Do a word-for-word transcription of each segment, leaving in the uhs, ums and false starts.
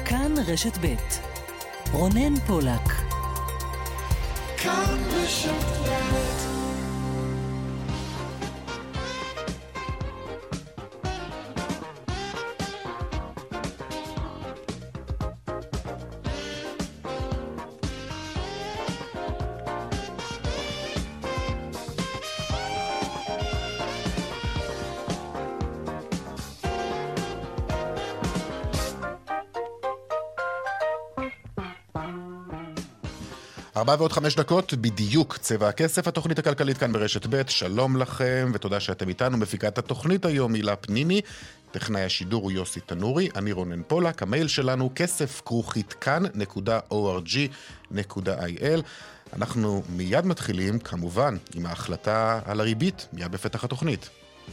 כאן רשת ב' רונן פולק. כאן רשת ב'. ארבע ועוד חמש דקות, בדיוק צבע הכסף, התוכנית הכלכלית כאן ברשת ב'. שלום לכם ותודה שאתם איתנו. מפיקת התוכנית היום הילה פניני, טכנאי השידור הוא יוסי תנורי, אני רונן פולק. המייל שלנו כסף כרוכית כאן נקודה או אר ג'י נקודה איי אל. אנחנו מיד מתחילים כמובן עם ההחלטה על הריבית, מיד בפתח התוכנית.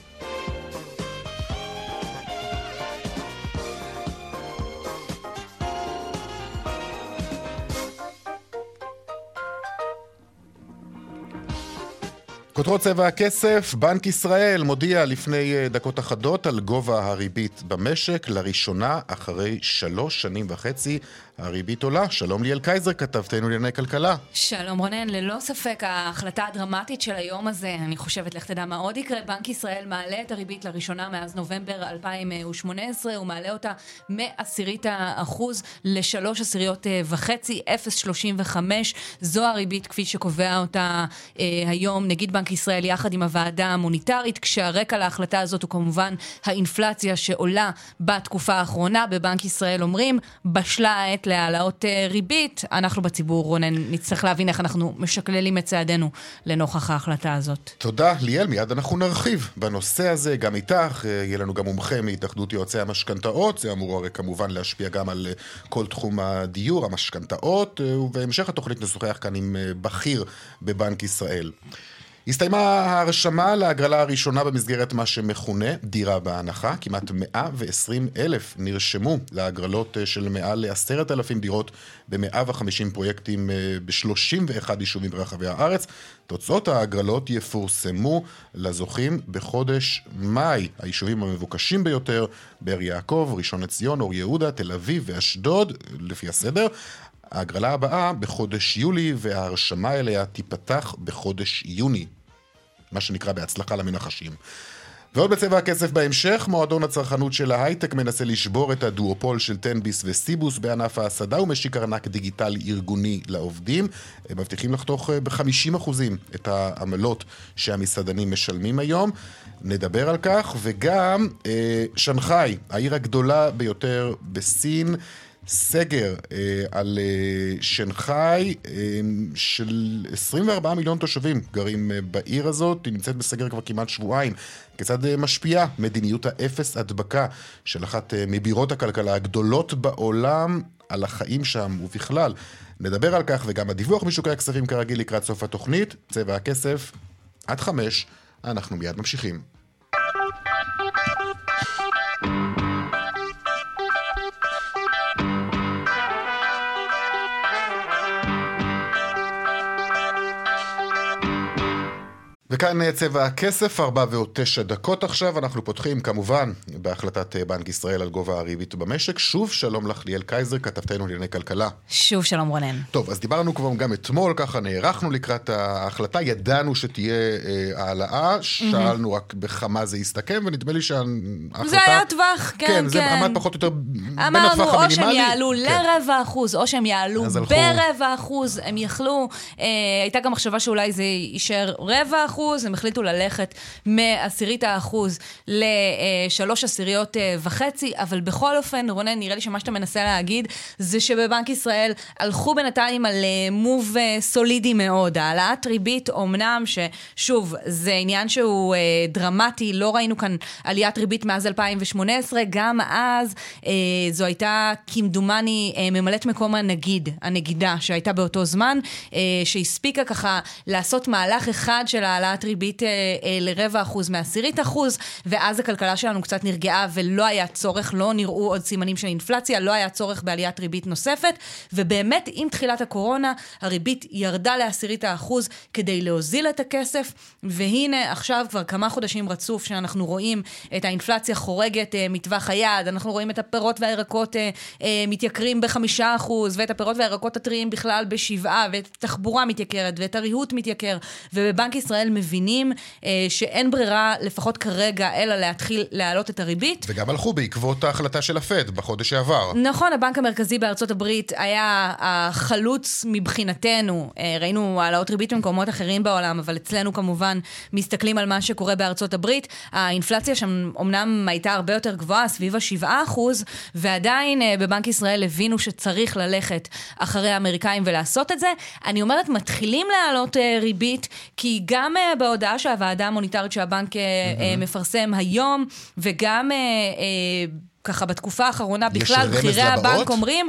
כותרות צבע הכסף, בנק ישראל מודיע לפני דקות אחדות על גובה הריבית במשק, לראשונה אחרי שלוש שנים וחצי הריבית עולה. שלום ליאל קייזר, כתבתנו לענייני כלכלה. שלום רונן, ללא ספק ההחלטה הדרמטית של היום הזה, אני חושבת, לך תדע מה עוד יקרה, בנק ישראל מעלה את הריבית לראשונה מאז נובמבר אלפיים ושמונה עשרה, הוא מעלה אותה מעשירית האחוז לשלוש עשיריות וחצי, אפס שלושים וחמש, זו הריבית כפי שקובע אותה אה, היום נגיד בנק ישראל יחד עם הוועדה המוניטרית, כשהרקע להחלטה הזאת הוא כמובן האינפלציה שעולה בתקופה האחרונה. בבנק ישראל אומרים, בשלה העת להעלאות ריבית. אנחנו בציבור, רונן, נצטרך להבין איך אנחנו משקללים את צעדינו לנוכח ההחלטה הזאת. תודה, ליאל. מיד אנחנו נרחיב בנושא הזה, גם איתך. יהיה לנו גם מומחה מהתאחדות יועצי המשכנתאות. זה אמור הרי כמובן להשפיע גם על כל תחום הדיור, המשכנתאות, ובהמשך התוכנית נשוחח כאן עם בכיר בבנק ישראל. הסתיימה ההרשמה להגרלה הראשונה במסגרת מה שמכונה דירה בהנחה. כמעט מאה ועשרים אלף נרשמו להגרלות של מעל עשרת אלפים דירות ב-מאה וחמישים פרויקטים ב-שלושים ואחד יישובים ברחבי הארץ. תוצאות ההגרלות יפורסמו לזוכים בחודש מאי. היישובים המבוקשים ביותר, באר יעקב, ראשון לציון, אור יהודה, תל אביב ואשדוד, לפי הסדר. ההגרלה הבאה בחודש יולי וההרשמה אליה תיפתח בחודש יוני, מה שנקרא בהצלחה למנחשים. ועוד בצבע הכסף בהמשך, מועדון הצרכנות של ההייטק מנסה לשבור את הדואופול של תנביס וסיבוס בענף ההסעדה ומשיק ארנק דיגיטלי ארגוני לעובדים. הם מבטיחים לחתוך ב-חמישים אחוזים את העמלות שהמסעדנים משלמים היום. נדבר על כך. וגם אה, שנגחאי, העיר הגדולה ביותר בסין, סגר אה, על אה, שנגחאי אה, של עשרים וארבעה מיליון תושבים גרים אה, בעיר הזאת. היא נמצאת בסגר כבר כמעט שבועיים. כיצד אה, משפיעה מדיניות האפס הדבקה של אחת אה, מבירות הכלכלה הגדולות בעולם על החיים שם ובכלל. נדבר על כך וגם הדיווח משוקי הכספים כרגיל לקראת סוף התוכנית. צבע הכסף עד חמש, אנחנו מיד ממשיכים. וכאן צבע הכסף, ארבע ועוד תשע דקות עכשיו. אנחנו פותחים כמובן בהחלטת בנק ישראל על גובה הריבית במשק. שוב שלום לך ליאל קייזר, כתבתנו לענייני כלכלה. שוב שלום רונן. טוב, אז דיברנו כבר גם אתמול, ככה נערכנו לקראת ההחלטה, ידענו שתהיה אה, העלאה, שאלנו mm-hmm. רק בכמה זה יסתכם, ונדמה לי שההחלטה... זה היה טווח, כן, כן. כן, זה עמד פחות או יותר בין הטווח המינימלי. אמרנו, או שהם יעלו כן. לרבע אחוז, או שהם יעלו ברבע אחוז, הם יכלו, אה, הייתה גם מחשבה שאולי זה יישאר רבע אחוז, הם החליטו ללכת מעשירית האחוז לשלוש עשיריות וחצי, אבל בכל אופן, רונן, נראה לי שמה שאתה מנסה להגיד, זה שבבנק ישראל הלכו בינתיים על מוב סולידי מאוד. העלאת ריבית, אומנם ששוב, זה עניין שהוא דרמטי, לא ראינו כאן עליית ריבית מאז אלפיים ושמונה עשרה, גם אז זו הייתה כמדומני ממלאת מקום הנגיד, הנגידה שהייתה באותו זמן, שהספיקה ככה לעשות מהלך אחד של העלאת העלאת ריבית לרבע אחוז מעשירית אחוז, ואז הכלכלה שלנו קצת נרגעה ולא היה צורך, לא נראו עוד סימנים של אינפלציה, לא היה צורך בעליית ריבית נוספת, ובאמת עם תחילת הקורונה הריבית ירדה לעשירית האחוז כדי להוזיל את הכסף, והנה עכשיו כבר כמה חודשים רצוף שאנחנו רואים את האינפלציה חורגת מטווח היעד, אנחנו רואים את הפירות והירקות מתייקרים בחמישה אחוז, ואת הפירות והירקות הטריים בכלל בשבעה, ואת התחבורה מתייקרת, ואת הריהוט מתייקר, ובבנק ישראל מבינים שאין ברירה לפחות כרגע אלא להתחיל להעלות את הריבית. וגם הלכו בעקבות ההחלטה של הפד בחודש שעבר. נכון, הבנק המרכזי בארצות הברית היה החלוץ מבחינתנו, ראינו העלאות ריבית במקומות אחרים בעולם, אבל אצלנו כמובן מסתכלים על מה שקורה בארצות הברית. האינפלציה שם אומנם הייתה הרבה יותר גבוהה, סביב ה-שבעה אחוז, ועדיין בבנק ישראל הבינו שצריך ללכת אחרי האמריקאים ולעשות את זה. אני אומרת, מתחילים להעלות ריבית, כי גם בהודעה שהוועדה המוניטרית שהבנק mm-hmm. מפרסם היום, וגם ככה בתקופה האחרונה בכלל בחירי הבנק אומרים,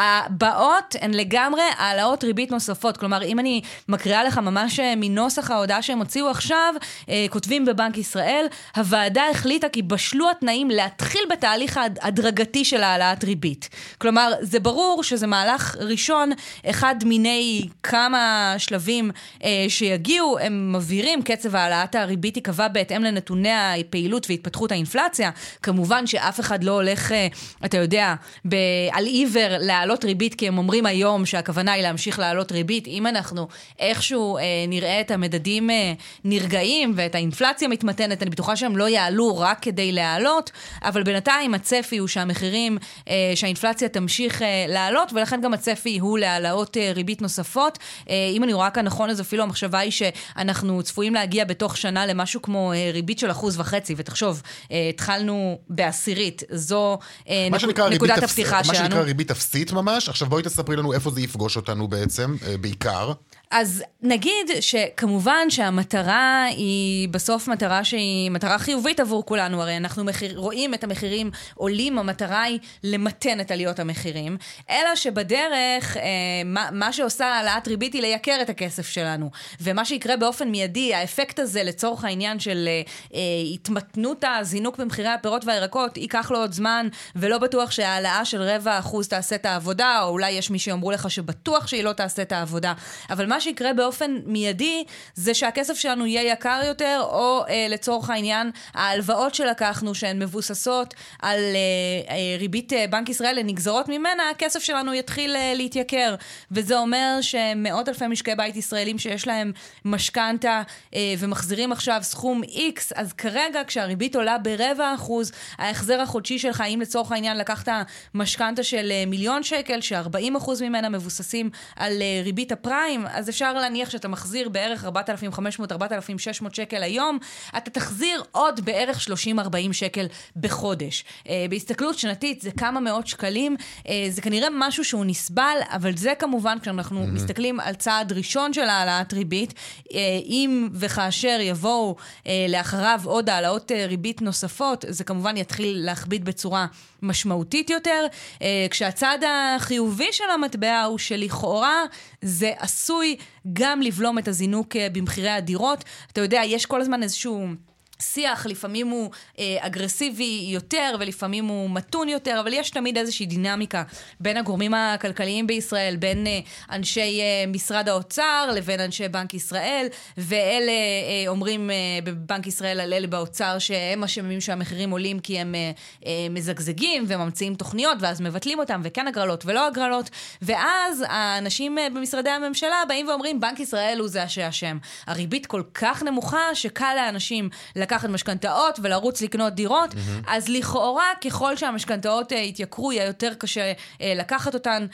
הבאות הן לגמרי העלאות ריבית נוספות. כלומר, אם אני מקריאה לך ממש מנוסח ההודעה שהם הוציאו עכשיו, כותבים בבנק ישראל, הוועדה החליטה כי בשלו התנאים להתחיל בתהליך הדרגתי של העלאת ריבית. כלומר, זה ברור שזה מהלך ראשון, אחד מיני כמה שלבים שיגיעו, הם מבהירים, קצב העלאת הריבית יקבע בהתאם לנתוני הפעילות והתפתחות האינפלציה. כמובן שאף אחד לא הולך, אתה יודע, על עיוור להעלות ריבית, כי הם אומרים היום שהכוונה היא להמשיך להעלות ריבית. אם אנחנו איכשהו אה, נראה את המדדים אה, נרגעים ואת האינפלציה מתמתנת, אני בטוחה שהם לא יעלו רק כדי להעלות, אבל בינתיים הצפי הוא שהמחירים, אה, שהאינפלציה תמשיך אה, להעלות, ולכן גם הצפי הוא להעלות אה, ריבית נוספות. אה, אם אני רואה כאן נכון, אז אפילו המחשבה היא שאנחנו צפויים להגיע בתוך שנה למשהו כמו אה, ריבית של אחוז וחצי, ותחשוב, אה, התחלנו בעשירית, זו נק... נקודת הפתיחה שלנו. מה שנקרא ריבית אפסית ממש. עכשיו בואי תספרי לנו איפה זה יפגוש אותנו בעצם, בעיקר. אז נגיד שכמובן שהמטרה היא בסוף מטרה שהיא מטרה חיובית עבור כולנו, הרי אנחנו מחיר, רואים את המחירים עולים, המטרה היא למתן את עליות המחירים, אלא שבדרך אה, מה, מה שעושה העלאת ריבית היא לייקר את הכסף שלנו, ומה שיקרה באופן מיידי, האפקט הזה לצורך העניין של אה, התמתנות הזינוק במחירי הפירות והירקות, ייקח לו עוד זמן, ולא בטוח שהעלאה של רבע אחוז תעשה את העבודה, או אולי יש מי שאומרו לך שבטוח שהיא לא תעשה את העבודה, אבל מה שיקרה באופן מיידי, זה שהכסף שלנו יהיה יקר יותר, או אה, לצורך העניין, ההלוואות שלקחנו, שהן מבוססות על אה, אה, ריבית אה, בנק ישראל, לנגזרות ממנה, הכסף שלנו יתחיל אה, להתייקר. וזה אומר שמאות אלפי משקי בית ישראלים שיש להם משכנתה, אה, ומחזירים עכשיו סכום X, אז כרגע כשהריבית עולה ברבע אחוז, ההחזר החודשי שלך, אם לצורך העניין לקחת משכנתה של אה, מיליון שקל, ש-ארבעים אחוז ממנה מבוססים על אה, ריבית הפריים, אז אפשר להניח שאתה מחזיר בערך ארבעת אלפים וחמש מאות עד ארבעת אלפים ושש מאות שקל היום, אתה תחזיר עוד בערך שלושים עד ארבעים שקל בחודש. אה, בהסתכלות שנתית זה כמה מאות שקלים, אה, זה כנראה משהו שהוא נסבל, אבל זה כמובן כשאנחנו mm-hmm. מסתכלים על צעד ראשון של העלאת ריבית, אה, אם וכאשר יבואו אה, לאחריו עוד העלאות אה, ריבית נוספות, זה כמובן יתחיל להכביד בצורה משמעותית יותר, אה, כשהצד החיובי של המטבע הוא שלכאורה זה עשוי גם לבלום את הזינוק במחירי הדירות. אתה יודע, יש כל הזמן איזשהו שיח, לפעמים הוא אה, אגרסיבי יותר, ולפעמים הוא מתון יותר, אבל יש תמיד איזושהי דינמיקה בין הגורמים הכלכליים בישראל, בין אה, אנשי אה, משרד האוצר, לבין אנשי בנק ישראל, ואלה אה, אומרים אה, בבנק ישראל על אלה באוצר, שהם אשמים שהמחירים עולים, כי הם אה, אה, מזגזגים, וממציאים תוכניות, ואז מבטלים אותם, וכן הגרלות ולא הגרלות, ואז האנשים אה, במשרדי הממשלה באים ואומרים, בנק ישראל הוא זה השם. הריבית כל כך נמוכה, שקל לאנשים לקחת משכנתאות ולרוץ לקנות דירות, mm-hmm. אז לכאורה ככל שהמשכנתאות יתייקרו, יהיה יותר קשה לקחת אותן,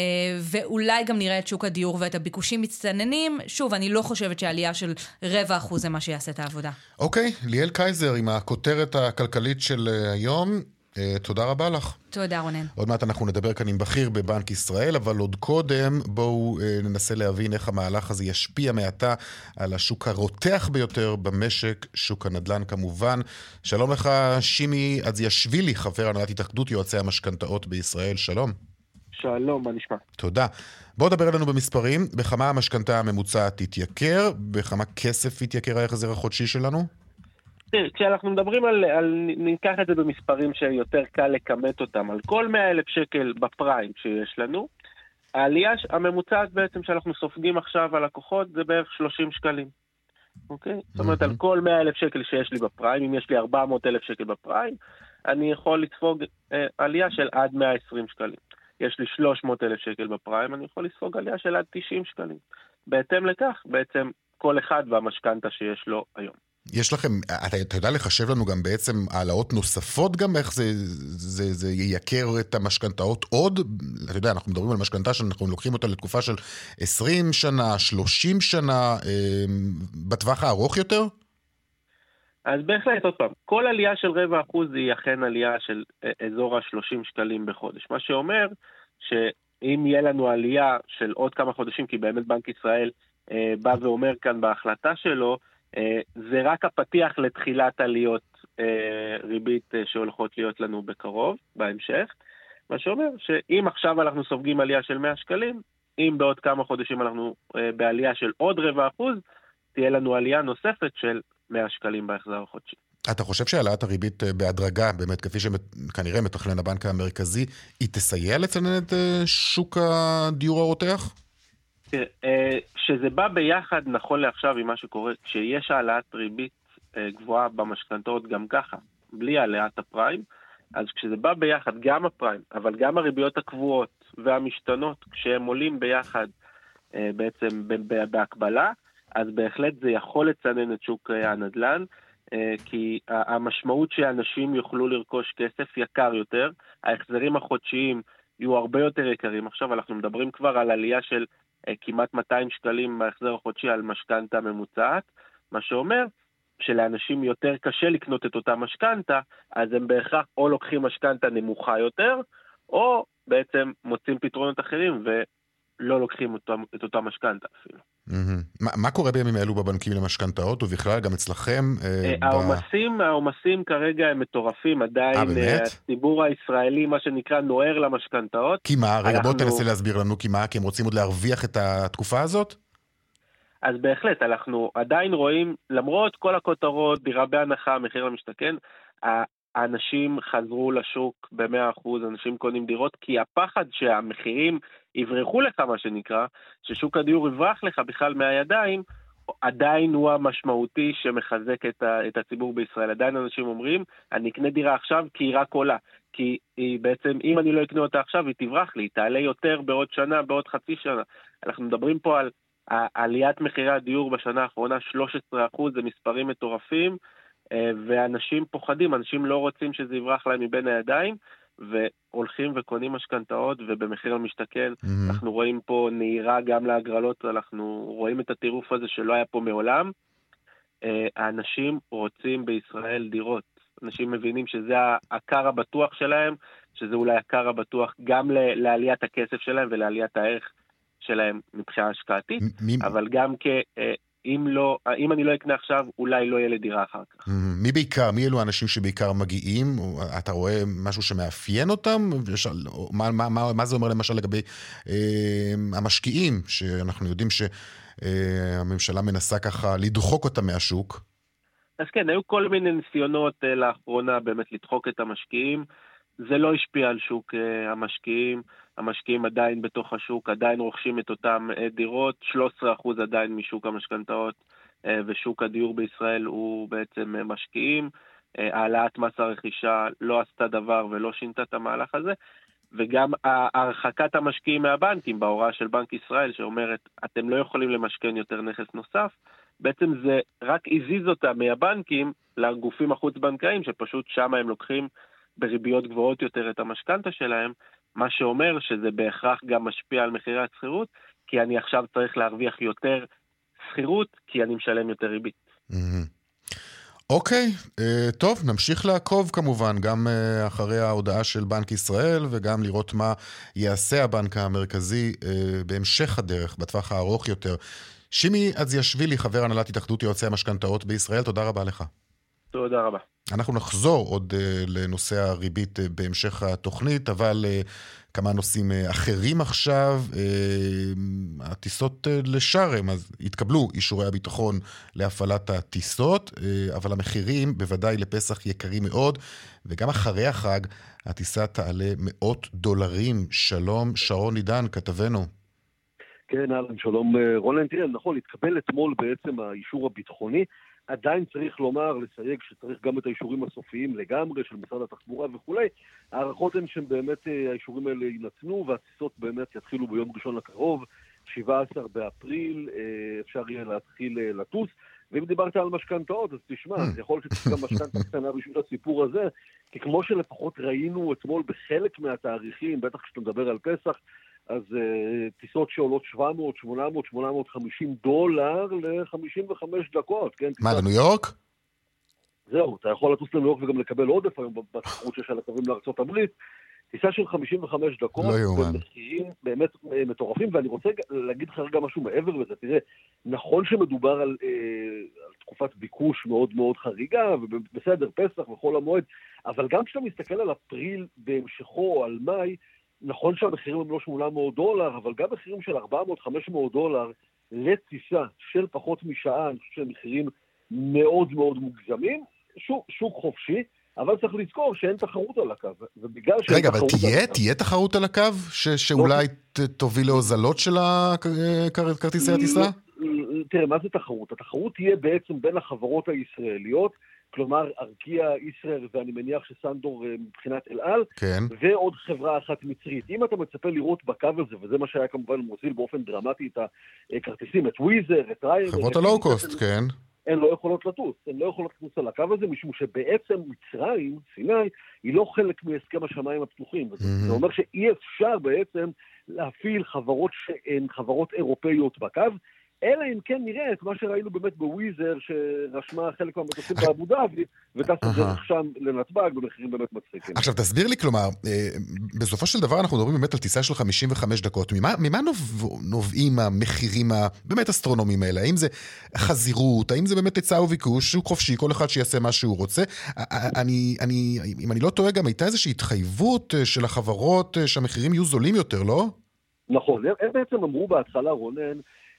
ואולי גם נראה את שוק הדיור ואת הביקושים מצטננים. שוב, אני לא חושבת שהעלייה של רבע אחוז זה מה שיעשה את העבודה. אוקיי, ליאל קייזר עם הכותרת הכלכלית של היום, תודה רבה לך. תודה רונן. עוד מעט אנחנו נדבר כאן עם בכיר בבנק ישראל, אבל עוד קודם בואו ננסה להבין איך המהלך הזה ישפיע מעתה על השוק הרותח ביותר במשק, שוק הנדל"ן כמובן. שלום לך שימי אדזיאשווילי, חבר הנהלת התאחדות יועצי המשכנתאות בישראל, שלום. שלום, מה נשמע? תודה. בוא דבר אלינו במספרים. בכמה המשכנתה הממוצעת תתייקר? בכמה כסף יתייקר ההחזר החודשי שלנו? תראה, כשאנחנו מדברים על, על, ניקח את זה במספרים שיותר קל לקמת אותם, על כל מאה אלף שקל בפריים שיש לנו, העלייה הממוצעת בעצם שאנחנו סופגים עכשיו על לקוחות זה בערך שלושים שקלים. אוקיי? זאת אומרת, על כל מאה אלף שקל שיש לי בפריים, אם יש לי ארבע מאות אלף שקל בפריים, אני יכול לספוג אה, עלייה של עד מאה ועשרים שקלים. יש לי שלוש מאות אלף שקל בפריים, אני יכול לספוג עלייה של עד תשעים שקלים. בהתאם לכך, בעצם כל אחד והמשכנתה שיש לו היום. יש לכם, אתה, אתה יודע לחשב לנו גם בעצם העלאות נוספות גם, איך זה, זה, זה ייקר את המשכנתאות עוד? אתה יודע, אנחנו מדברים על משכנתה שאנחנו לוקחים אותה לתקופה של עשרים שנה, שלושים שנה, בטווח הארוך יותר? אז בהחלט, עוד פעם, כל עלייה של רבע אחוז היא אכן עלייה של אזור ה-שלושים שקלים בחודש. מה שאומר שאם יהיה לנו עלייה של עוד כמה חודשים, כי באמת בנק ישראל אה, בא ואומר כאן בהחלטה שלו, אה, זה רק הפתיח לתחילת עליות אה, ריבית אה, שהולכות להיות לנו בקרוב, בהמשך. מה שאומר שאם עכשיו אנחנו סופגים עלייה של מאה שקלים, אם בעוד כמה חודשים אנחנו אה, בעלייה של עוד רבע אחוז, תהיה לנו עלייה נוספת של מאה שקלים בהחזר החודשי. אתה חושב שהעלאת הריבית בהדרגה, באמת כפי שכנראה מתכנן הבנק המרכזי, היא תסייע לצנן את שוק הדיור הרותח? שזה בא ביחד נכון לעכשיו עם מה שקורה, כשיש העלאת ריבית גבוהה במשכנתאות גם ככה, בלי העלאת הפריים, אז כשזה בא ביחד גם הפריים, אבל גם הריביות הקבועות והמשתנות, כשהם עולים ביחד בעצם בהקבלה, אז בהחלט זה יכול לצנן את שוק הנדל"ן, כי המשמעות שאנשים יוכלו לרכוש כסף יקר יותר, ההחזרים החודשיים יהיו הרבה יותר יקרים. עכשיו אנחנו מדברים כבר על עלייה של כמעט מאתיים שקלים בהחזר החודשי על משכנתה ממוצעת, מה שאומר שלאנשים יותר קשה לקנות את אותה משכנתה, אז הם בהכרח או לוקחים משכנתה נמוכה יותר, או בעצם מוצאים פתרונות אחרים ולא לוקחים את אותה משכנתה אפילו. מה קורה בימים אלו בבנקים למשכנתאות, ובכלל גם אצלכם? העומסים, העומסים כרגע הם מטורפים, עדיין הציבור הישראלי, מה שנקרא, נוער למשכנתאות. כי מה? רגע, בוא תנסה להסביר לנו כי מה, כי הם רוצים עוד להרוויח את התקופה הזאת? אז בהחלט, אנחנו עדיין רואים, למרות כל הכותרות, דירה בהנחה, מחיר למשתכן, האנשים חזרו לשוק ב-מאה אחוז, אנשים קונים דירות, כי הפחד שהמחירים יברחו לך, מה שנקרא, ששוק הדיור יברח לך בכלל מהידיים, עדיין הוא המשמעותי שמחזק את, ה- את הציבור בישראל. עדיין אנשים אומרים, אני אקנה דירה עכשיו כי היא רק עולה. כי היא בעצם, אם אני לא אקנה אותה עכשיו, היא תברח לי, היא תעלה יותר בעוד שנה, בעוד חצי שנה. אנחנו מדברים פה על עליית מחירי הדיור בשנה האחרונה, שלושה עשר אחוז, זה מספרים מטורפים, ואנשים פוחדים, אנשים לא רוצים שזה יברח להם מבין הידיים, והולכים וקונים משכנתאות, ובמחיר למשתכן, mm-hmm. אנחנו רואים פה נהירה גם להגרלות, אנחנו רואים את הטירוף הזה שלא היה פה מעולם. האנשים רוצים בישראל דירות, אנשים מבינים שזה הקר הבטוח שלהם, שזה אולי הקר הבטוח גם לעליית הכסף שלהם, ולעליית הערך שלהם מבחינה השקעתית, מ- אבל גם כ... אם לא, אם אני לא אקנה עכשיו, אולי לא יהיה לי דירה אחר כך. מי בעיקר, מי אלו האנשים שבעיקר מגיעים? אתה רואה משהו שמאפיין אותם? מה, מה, מה, מה זה אומר למשל לגבי אה, המשקיעים, שאנחנו יודעים שהממשלה מנסה ככה לדחוק אותם מהשוק? אז כן, היו כל מיני ניסיונות אה, לאחרונה באמת לדחוק את המשקיעים, זה לא השפיע על שוק uh, המשקיעים, המשקיעים עדיין בתוך השוק, עדיין רוכשים את אותם uh, דירות, שלושה עשר אחוז עדיין משוק המשכנתאות, uh, ושוק הדיור בישראל הוא בעצם uh, משקיעים, uh, העלאת מס הרכישה לא עשתה דבר ולא שינתה את המהלך הזה, וגם הרחקת המשקיעים מהבנקים, בהוראה של בנק ישראל שאומרת, אתם לא יכולים למשכן יותר נכס נוסף, בעצם זה רק הזיז אותה מהבנקים לגופים החוץ-בנקאיים, שפשוט שם הם לוקחים בריביות גבוהות יותר את המשכנתה שלהם, מה שאומר שזה בהכרח גם משפיע על מחירי השכירות, כי אני עכשיו צריך להרוויח יותר שכירות, כי אני משלם יותר ריבית. אוקיי, טוב, נמשיך לעקוב כמובן, גם אחרי ההודעה של בנק ישראל, וגם לראות מה יעשה הבנק המרכזי בהמשך הדרך, בטווח הארוך יותר. שימי אדזיאשווילי, חבר הנהלת התאחדות יועצי המשכנתאות בישראל, תודה רבה לך. תודה רבה. אנחנו נחזור עוד uh, לנושא הריבית uh, בהמשך התוכנית, אבל uh, כמה נושאים uh, אחרים עכשיו. Uh, הטיסות uh, לשארם, אז התקבלו אישורי הביטחון להפעלת הטיסות, uh, אבל המחירים בוודאי לפסח יקרים מאוד, וגם אחרי החג הטיסה תעלה מאות דולרים. שלום, שרון עידן, כתבנו. כן, אהלן, שלום רונן. תראה, נכון, התקבל אתמול בעצם האישור הביטחוני, עדיין צריך לומר, לסייג שצריך גם את האישורים הסופיים לגמרי של משרד התחבורה וכולי. הערכות הן שבאמת האישורים האלה ינתנו, והטיסות באמת יתחילו ביום ראשון הקרוב, שבעה עשר באפריל, אפשר יהיה להתחיל לטוס. ואם דיברת על משכנתאות, אז תשמע, יכול להיות שצריך גם משכנתה קטנה בשביל הסיפור הזה, כי כמו שלפחות ראינו אתמול בחלק מהתאריכים, בטח כשאתה מדבר על פסח, אז uh, טיסות שעולות שבע מאות, שמונה מאות, שמונה מאות וחמישים דולר ל-חמישים וחמש דקות, כן? מה, לניו יורק? זהו, אתה יכול לטוס לניו יורק וגם לקבל עודף היום בתחרות שיש על הקווים לארצות הברית, טיסה של חמישים וחמש דקות, לא יאומן. במחירים באמת מטורפים, ואני רוצה להגיד לך רגע משהו מעבר לזה, תראה, נכון שמדובר על, אה, על תקופת ביקוש מאוד מאוד חריגה, ובסדר, פסח וחול המועד, אבל גם כשאתה מסתכל על אפריל בהמשכו, על מאי, נכון שהמחירים הם לא שמונה מאות דולר, אבל גם מחירים של ארבע מאות חמש מאות דולר לטיסה של פחות משעה, אני חושב שהם מחירים מאוד מאוד מוגזמים, שוק, שוק חופשי, אבל צריך לזכור שאין תחרות על הקו. ובגלל שאין רגע, אבל תחרות תהיה, על הקו, תהיה תחרות על הקו, ש, שאולי ת, תוביל להוזלות של כרטיסי הטיסה? תראה, מה זה תחרות? התחרות תהיה בעצם בין החברות הישראליות, כלומר, ארקיע, ישראל, ואני מניח שסנדור מבחינת אל על, כן. ועוד חברה אחת מצרית. אם אתה מצפה לראות בקו הזה, וזה מה שהיה כמובן מוזיל באופן דרמטי את הכרטיסים, את וויזר, את ריינר, חברות הלואו-קוסט, כן. הן לא יכולות לטוס, הן לא יכולות לטוס על הקו הזה, משום שבעצם מצרים, סיני, היא לא חלק מהסכם השמיים הפתוחים. Mm-hmm. זה אומר שאי אפשר בעצם להפעיל חברות שהן חברות אירופאיות בקו, אלא אם כן נראה את מה שראינו באמת בוויזר, שרשמה חלק מהמטוסים באבו דאבי, וטסה דרך שם לנתב"ג במחירים באמת מצחיקים. עכשיו תסביר לי, כלומר, בסופו של דבר אנחנו מדברים באמת על טיסה של חמישים וחמש דקות. ממה, ממה נובעים המחירים הבאמת אסטרונומיים האלה? האם זה חזירות? האם זה באמת היצע וביקוש? שוק חופשי, כל אחד שיעשה מה שהוא רוצה? אני, אני, אם אני לא טועה, גם הייתה איזושהי התחייבות של החברות שהמחירים יהיו זולים יותר, לא? נכון, הם בעצם אמרו בהתחלה, רונן,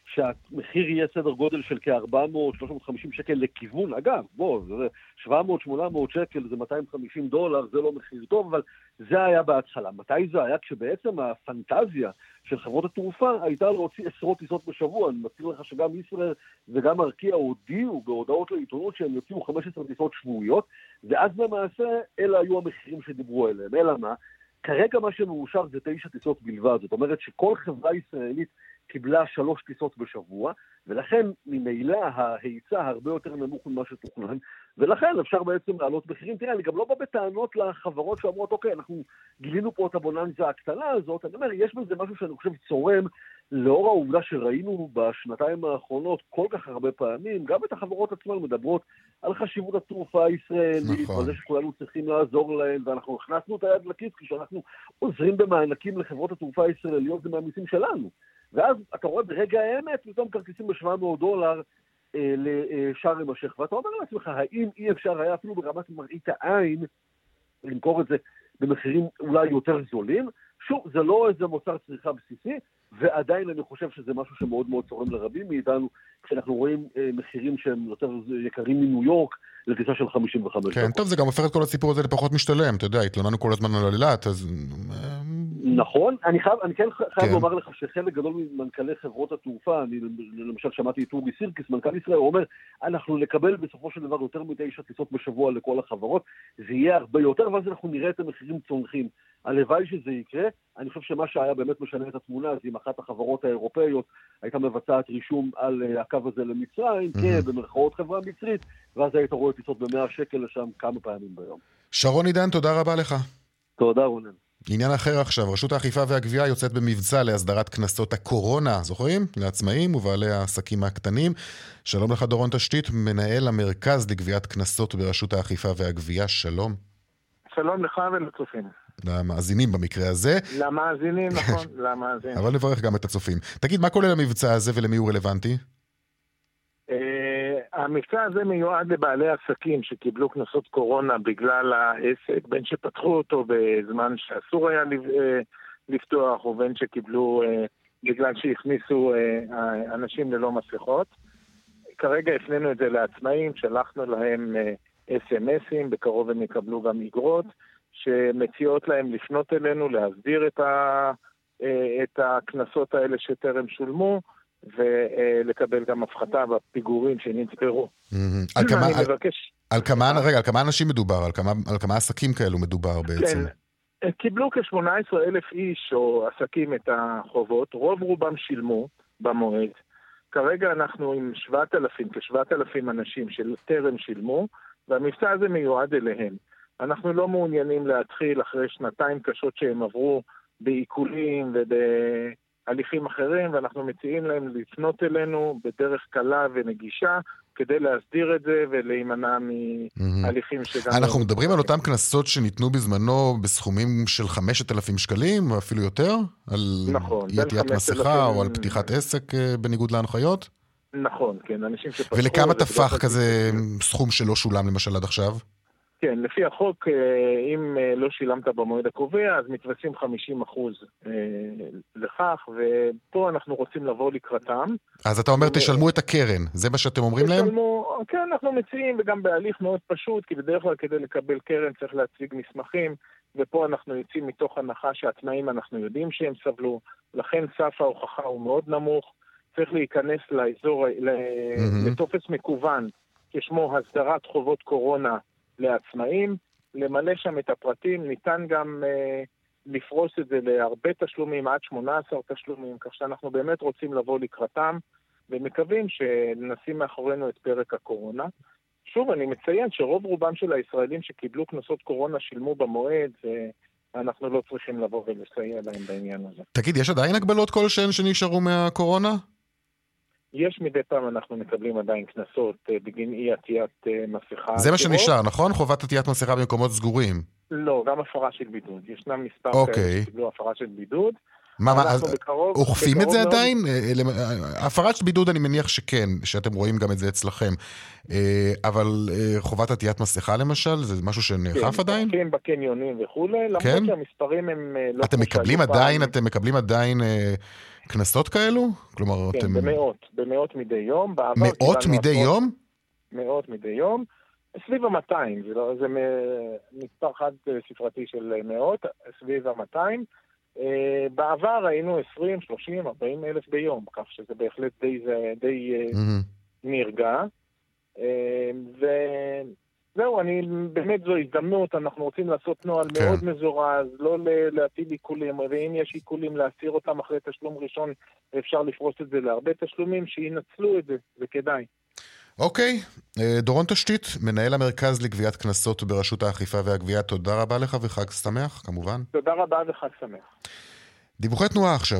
שהמחיר יהיה סדר גודל של כ-ארבע מאות שלוש מאות וחמישים שקל לכיוון, אגב, בוא, זה שבע מאות שמונה מאות שקל, זה מאתיים וחמישים דולר, זה לא מחיר טוב, אבל זה היה בהתחלה. מתי זה היה? כשבעצם הפנטזיה של חברות התעופה הייתה להוציא עשרות טיסות בשבוע. אני מזכיר לך שגם ישראל וגם ארקיע הודיעו בהודעות לעיתונות שהם יוציאו חמש עשרה טיסות שבועיות, ואז למעשה אלה היו המחירים שדיברו אליהם. אלא מה? כרגע מה שמאושר זה תשע טיסות בלבד, זאת אומרת שכל חברה ישראלית קיבלה שלוש טיסות בשבוע, ולכן ממילא ההיצע הרבה יותר נמוך ממה שתוכנן, ולכן אפשר בעצם לעלות מחירים. תראה, אני גם לא בא בטענות לחברות שאומרות, אוקיי, אנחנו גילינו פה את הבוננזה הקטנה הזאת, אני אומר, יש בזה משהו שאני חושב צורם, לאור העובדה שראינו בשנתיים האחרונות כל כך הרבה פעמים, גם את החברות עצמן מדברות על חשיבות התעופה הישראלית, נכון. וזה שכולנו צריכים לעזור להן, ואנחנו הכנסנו את היד לכיס, כשאנחנו עוזרים במענקים לחברות התעופה הישראליות, זה מהמיסים שלנו. ואז אתה רואה ברגע האמת, פתאום כרטיסים ב-שבע מאות דולר אה, לשארם א-שייח, ואתה אומר לעצמך, האם אי אפשר היה אפילו ברמת מראית העין למכור את זה במחירים אולי יותר זולים? שוב, זה לא איזה מוצר צריכה בסיסי, ועדיין אני חושב שזה משהו שמאוד מאוד צורם לרבים מאיתנו, כשאנחנו רואים אה, מחירים שהם יותר יקרים מניו יורק, לטיסה של חמישים וחמש דקות. כן, טוב, זה גם הופך את כל הסיפור הזה לפחות משתלם, אתה יודע, התלוננו כל הזמן על אילת, אז... נכון, אני חייב, אני כן חייב לומר לך שחלק גדול ממנכ"לי חברות התעופה, אני למשל שמעתי את אורי סירקיס, מנכ"ל ישראל, הוא אומר, אנחנו נקבל בסופו של דבר יותר מתשע טיסות בשבוע לכל החברות, זה יהיה הרבה יותר, ואז אנחנו נראה את המחירים צונחים. הלוואי שזה יקרה, אני חושב שמה שהיה באמת משנה את התמונה, זה עם אחת החברות האירופאיות, הייתה מבצעת רישום על הקו הזה למצרים, כן, במרכאות חברה מצרית, ואז היית רואה טיסות ב-מאה שקל לשם כמה פעמים ביום. שרון עידן, תודה רבה לך. תודה רונן. עניין אחר עכשיו, רשות האכיפה והגבייה יוצאת במבצע להסדרת כנסות הקורונה, זוכרים? לעצמאים ובעלי העסקים הקטנים. שלום לך דורון תשתית, מנהל המרכז לגביית כנסות ברשות האכיפה והגבייה, שלום. שלום לך ולצופים. למאזינים במקרה הזה. למאזינים, נכון, למאזינים. אבל נברך גם את הצופים. תגיד, מה כולל המבצע הזה ולמי הוא רלוונטי? המבצע הזה מיועד לבעלי עסקים שקיבלו קנסות קורונה בגלל העסק, בין שפתחו אותו בזמן שאסור היה לפתוח, או בין שקיבלו בגלל שהכניסו אנשים ללא מסכות. כרגע הפנינו את זה לעצמאים, שלחנו להם אס אם אסים, בקרוב הם יקבלו גם אגרות, שמציעות להם לפנות אלינו, להסדיר את, ה, את הקנסות האלה שטרם שולמו, ולקבל גם הפחתה בפיגורים שנצברו. על כמה, אני על, מבקש... על כמה, רגע, על כמה אנשים מדובר? על כמה, על כמה עסקים כאלו מדובר בעצם? כן, קיבלו כ-שמונה עשרה אלף איש או עסקים את החובות, רוב רובם שילמו במועד. כרגע אנחנו עם שבעת אלפים, כשבעת אלפים אנשים שטרם שילמו, והמבצע הזה מיועד אליהם. אנחנו לא מעוניינים להתחיל אחרי שנתיים קשות שהם עברו בעיקולים ובהליכים אחרים, ואנחנו מציעים להם לפנות אלינו בדרך קלה ונגישה, כדי להסדיר את זה ולהימנע מהליכים שגם... אנחנו מדברים על אותם קנסות שניתנו בזמנו בסכומים של חמשת אלפים שקלים, או אפילו יותר? על אי עטיית מסכה או על פתיחת עסק בניגוד להנחיות? נכון, כן, אנשים שפתחו... ולכמה תפח כזה סכום שלא שולם למשל עד עכשיו? כן, לפי החוק, אם לא שילמת במועד הקובע, אז מתווספים חמישים אחוז לכך, ופה אנחנו רוצים לבוא לקראתם. אז אתה אומר, תשלמו את הקרן, זה מה שאתם אומרים להם? כן, אנחנו מציעים, וגם בהליך מאוד פשוט, כי בדרך כלל כדי לקבל קרן צריך להציג מסמכים, ופה אנחנו יוצאים מתוך הנחה שהתנאים אנחנו יודעים שהם סבלו, לכן סף ההוכחה הוא מאוד נמוך, צריך להיכנס לאזור, לטופס מקוון, כשמו הסדרת חובות קורונה, לעצמאים, למלא שם את הפרטים, ניתן גם אה, לפרוס את זה להרבה תשלומים, עד שמונה עשרה תשלומים, כך שאנחנו באמת רוצים לבוא לקראתם, ומקווים שנשים מאחורינו את פרק הקורונה. שוב, אני מציין שרוב רובם של הישראלים שקיבלו קנסות קורונה שילמו במועד, ואנחנו לא צריכים לבוא ולסייע להם בעניין הזה. תגיד, יש עדיין הגבלות כלשהן שנשארו מהקורונה? יש מדי פעם אנחנו מקבלים עדיין קנסות בגין אי עטיית מסכה. זה מה שנשאר, נכון? חובת עטיית מסכה במקומות סגורים. לא, גם הפרה של בידוד. ישנם מספר אוקיי. כאלה שקיבלו הפרה של בידוד. מה, מה, אז בקרוב, אוכפים את זה מאוד... עדיין? הפרת של בידוד אני מניח שכן, שאתם רואים גם את זה אצלכם. אבל חובת עטיית מסכה למשל, זה משהו שנאכף כן, עדיין? כן, בקניונים וכולי, למרות כן? שהמספרים הם לא... אתם מקבלים עדיין, פעם... אתם מקבלים עדיין כנסות כאלו? כלומר, כן, אתם... במאות, במאות מדי יום. מאות מדי עשרות... יום? מאות מדי יום. סביב ה-מאתיים, זה, לא, זה מספר חד ספרתי של מאות, סביב ה-מאתיים. Uh, בעבר היינו עשרים, שלושים, ארבעים אלף ביום, כך שזה בהחלט די, די mm-hmm. uh, נרגע. Uh, וזהו, אני, באמת זו הזדמנות, אנחנו רוצים לעשות נוהל כן. מאוד מזורז, לא להטיל עיקולים, ואם יש עיקולים להסיר אותם אחרי תשלום ראשון, אפשר לפרוס את זה להרבה תשלומים, שינצלו את זה, זה כדאי. אוקיי, דורון תשתית, מנהל המרכז לגביית קנסות ברשות האכיפה והגבייה, תודה רבה לך וחג שמח, כמובן. תודה רבה וחג שמח. דיווחי תנועה עכשיו.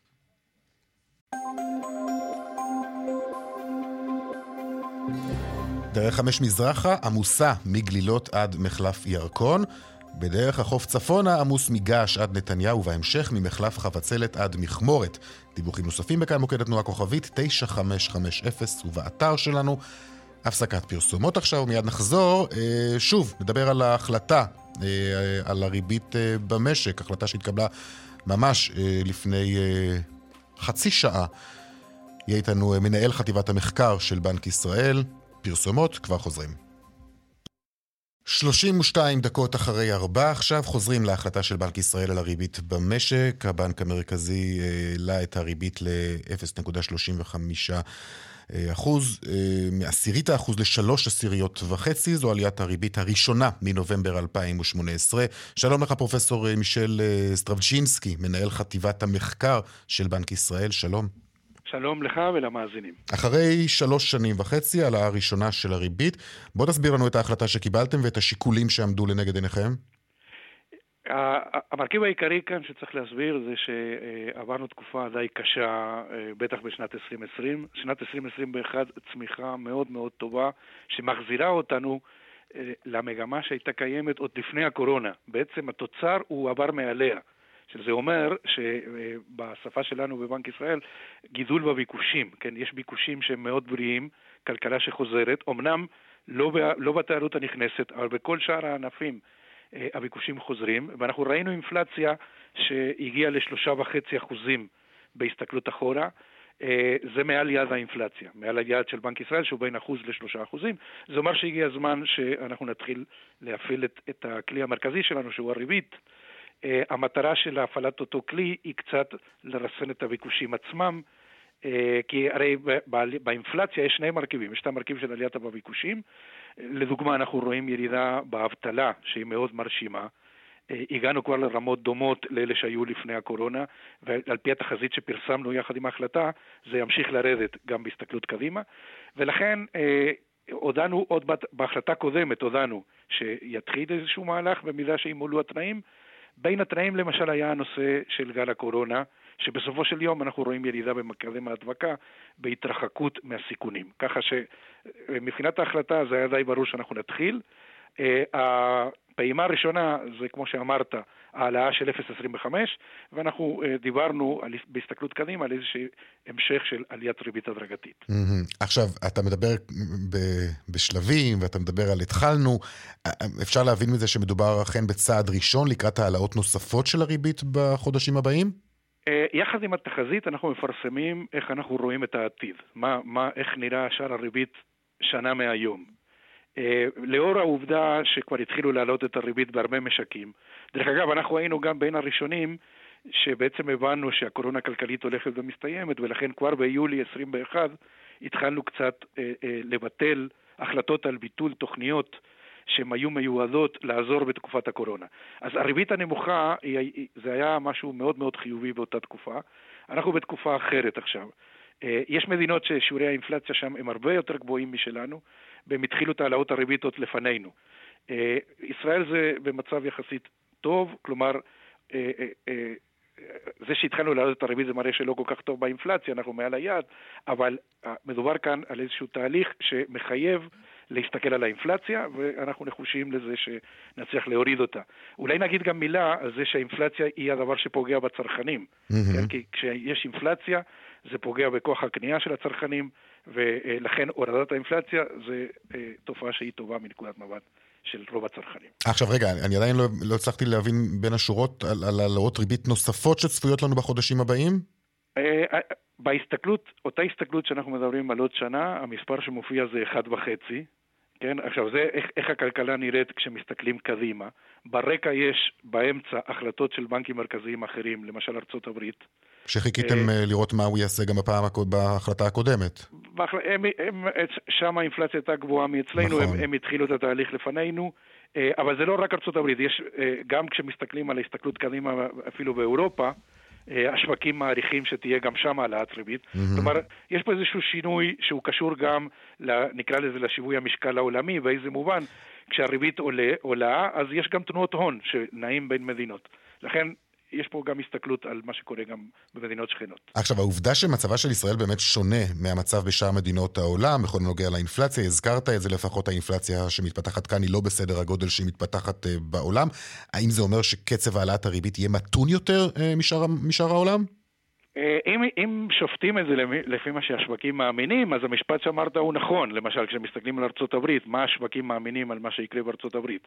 דרך חמש מזרחה עמוסה מגלילות עד מחלף ירקון, בדרך החוף צפונה עמוס מגש עד נתניהו, ובהמשך ממחלף חבצלת עד מכמורת. דיווחים נוספים בכאן מוקד התנועה כוכבית תשע חמש חמש אפס ובאתר שלנו. הפסקת פרסומות עכשיו ומיד נחזור. אה, שוב, נדבר על ההחלטה, אה, על הריבית אה, במשק, החלטה שהתקבלה ממש אה, לפני אה, חצי שעה. יהיה איתנו אה, מנהל חטיבת המחקר של בנק ישראל. פרסומות, כבר חוזרים. שלושים ושתיים דקות אחרי ארבע, עכשיו חוזרים להחלטה של בנק ישראל על הריבית במשק. הבנק המרכזי העלה את הריבית ל-אפס נקודה שלושים וחמישה אחוז, מעשירית האחוז לשלוש עשיריות וחצי. זו עליית הריבית הראשונה מנובמבר אלפיים ושמונה עשרה. שלום לך פרופסור מישל סטרבצ'ינסקי, מנהל חטיבת המחקר של בנק ישראל, שלום. שלום לך ולמאזינים. אחרי שלוש שנים וחצי, העלאה הראשונה של הריבית, בוא תסביר לנו את ההחלטה שקיבלתם ואת השיקולים שעמדו לנגד עיניכם. המרכיב העיקרי כאן שצריך להסביר זה שעברנו תקופה די קשה, בטח בשנת עשרים עשרים. שנת עשרים עשרים ואחת צמיחה מאוד מאוד טובה, שמחזירה אותנו למגמה שהייתה קיימת עוד לפני הקורונה. בעצם התוצר הוא עבר מעליה. שזה אומר שבשפה שלנו בבנק ישראל, גידול בביקושים, כן, יש ביקושים שהם מאוד בריאים, כלכלה שחוזרת, אמנם לא, לא בתיירות הנכנסת, אבל בכל שאר הענפים הביקושים חוזרים, ואנחנו ראינו אינפלציה שהגיעה לשלושה וחצי אחוזים בהסתכלות אחורה, זה מעל יעד האינפלציה, מעל היעד של בנק ישראל שהוא בין אחוז לשלושה אחוזים. זה אומר שהגיע הזמן שאנחנו נתחיל להפעיל את, את הכלי המרכזי שלנו שהוא הריבית. המטרה של הפעלת אותו כלי היא קצת לרסן את הביקושים עצמם, כי הרי באינפלציה יש שני מרכיבים, יש את המרכיב של עליית הביקושים, לדוגמה אנחנו רואים ירידה באבטלה שהיא מאוד מרשימה, הגענו כבר לרמות דומות לאלה שהיו לפני הקורונה, ועל פי התחזית שפרסמנו יחד עם ההחלטה, זה ימשיך לרדת גם בהסתכלות קדימה, ולכן הודענו עוד בהחלטה קודמת, הודענו שיתחיל איזשהו מהלך במידה שימולאו התנאים, בין התנאים למשל היה הנושא של גל הקורונה, שבסופו של יום אנחנו רואים ירידה במקדם ההדבקה בהתרחקות מהסיכונים. ככה שמבחינת ההחלטה זה היה די ברור שאנחנו נתחיל. הפעימה הראשונה זה כמו שאמרת, העלאה של אפס נקודה עשרים וחמש, ואנחנו דיברנו על, בהסתכלות קדימה על איזשהו המשך של עליית ריבית הדרגתית. עכשיו, אתה מדבר בשלבים, ואתה מדבר על התחלנו, אפשר להבין מזה שמדובר אכן בצעד ראשון לקראת העלאות נוספות של הריבית בחודשים הבאים? יחד עם התחזית אנחנו מפרסמים איך אנחנו רואים את העתיד, מה, מה, איך נראה שער הריבית שנה מהיום. לאור העובדה שכבר התחילו להעלות את הריבית בהרבה משקים. דרך אגב, אנחנו היינו גם בין הראשונים שבעצם הבנו שהקורונה הכלכלית הולכת ומסתיימת, ולכן כבר ביולי עשרים ואחת התחלנו קצת אה, אה, לבטל החלטות על ביטול תוכניות שהן היו מיועדות לעזור בתקופת הקורונה. אז הריבית הנמוכה, היא, זה היה משהו מאוד מאוד חיובי באותה תקופה. אנחנו בתקופה אחרת עכשיו. אה, יש מדינות ששיעורי האינפלציה שם הם הרבה יותר גבוהים משלנו, והם התחילו את העלאות הריבית עוד לפנינו. אה, ישראל זה במצב יחסית טוב, כלומר, אה, אה, אה, זה שהתחלנו להעלות את הריבית זה מראה שלא כל כך טוב באינפלציה, אנחנו מעל היעד, אבל מדובר כאן על איזשהו תהליך שמחייב להסתכל על האינפלציה, ואנחנו נחושים לזה שנצליח להוריד אותה. אולי נגיד גם מילה על זה שהאינפלציה היא הדבר שפוגע בצרכנים, mm-hmm. כן? כי כשיש אינפלציה זה פוגע בכוח הקנייה של הצרכנים, ולכן הורדת האינפלציה זה תופעה שהיא טובה מנקודת מבט של רוב הצרכנים. עכשיו רגע, אני עדיין לא, לא הצלחתי להבין בין השורות על, על העלאות ריבית נוספות שצפויות לנו בחודשים הבאים? בהסתכלות, אותה הסתכלות שאנחנו מדברים על עוד שנה, המספר שמופיע זה אחד וחצי, כן? עכשיו זה איך, איך הכלכלה נראית כשמסתכלים קדימה. ברקע יש באמצע החלטות של בנקים מרכזיים אחרים, למשל ארצות הברית. שחיכיתם לראות מה הוא יעשה גם בפעם, בהחלטה הקודמת. הם, הם, שם האינפלציה הייתה גבוהה מאצלנו, נכון. הם, הם התחילו את התהליך לפנינו, אבל זה לא רק ארצות הברית, יש, גם כשמסתכלים על ההסתכלות קדימה אפילו באירופה, השווקים מעריכים שתהיה גם שם העלאת ריבית. Mm-hmm. כלומר, יש פה איזשהו שינוי שהוא קשור גם, נקרא לזה, לשיווי המשקל העולמי, באיזה מובן, כשהריבית עולה, עולה, אז יש גם תנועות הון שנעים בין מדינות. לכן, יש פה גם הסתכלות על מה שקורה גם במדינות שכנות. עכשיו, העובדה שמצבה של ישראל באמת שונה מהמצב בשאר מדינות העולם, בכל נוגע לאינפלציה, הזכרת את זה לפחות, האינפלציה שמתפתחת כאן היא לא בסדר הגודל שהיא מתפתחת בעולם. האם זה אומר שקצב העלאת הריבית יהיה מתון יותר משאר, משאר העולם? אם, אם שופטים את זה לפי מה שהשווקים מאמינים, אז המשפט שאמרת הוא נכון. למשל, כשמסתכלים על ארצות הברית, מה השווקים מאמינים על מה שיקרה בארצות הברית?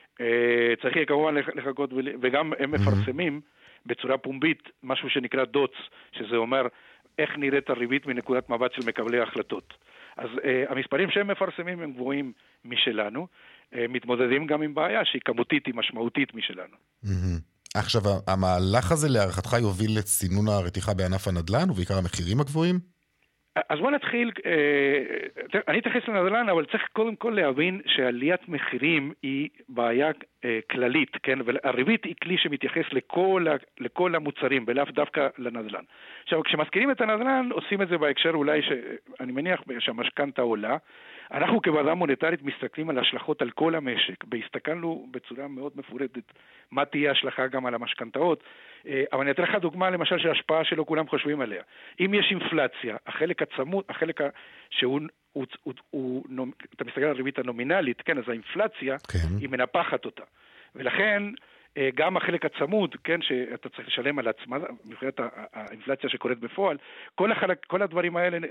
צריך כמובן לחכות, וגם הם מפרסמים בצורה פומבית משהו שנקרא דוץ, שזה אומר איך נראית הריבית מנקודת מבט של מקבלי ההחלטות. אז המספרים שהם מפרסמים הם גבוהים משלנו, מתמודדים גם עם בעיה שהיא כמותית, היא משמעותית משלנו. עכשיו, המהלך הזה להערכתך יוביל לצינון הרתיחה בענף הנדל"ן, ובעיקר המחירים הגבוהים? אז בוא נתחיל, אני אתייחס לנדל"ן, אבל צריך קודם כל להבין שעליית מחירים היא בעיה כללית, כן? והריבית היא כלי שמתייחס לכל, לכל המוצרים, ולאו דווקא לנדל"ן. עכשיו, כשמזכירים את הנדל"ן, עושים את זה בהקשר אולי שאני מניח שהמשכנתא עולה, אנחנו כוועדה מוניטרית מסתכלים על השלכות על כל המשק, והסתכלנו בצורה מאוד מפורטת מה תהיה השלכה גם על המשכנתאות, אבל אני אתן לך דוגמה למשל שההשפעה שלו כולם חושבים עליה. אם יש אינפלציה, החלק הצמוד, החלק שהוא, הוא, הוא, הוא, הוא, אתה מסתכל על הריבית הנומינלית, כן, אז האינפלציה כן. היא מנפחת אותה. ולכן גם החלק הצמוד, כן, שאתה צריך לשלם על עצמה, מבחינת האינפלציה שקורית בפועל, כל, החלק, כל הדברים האלה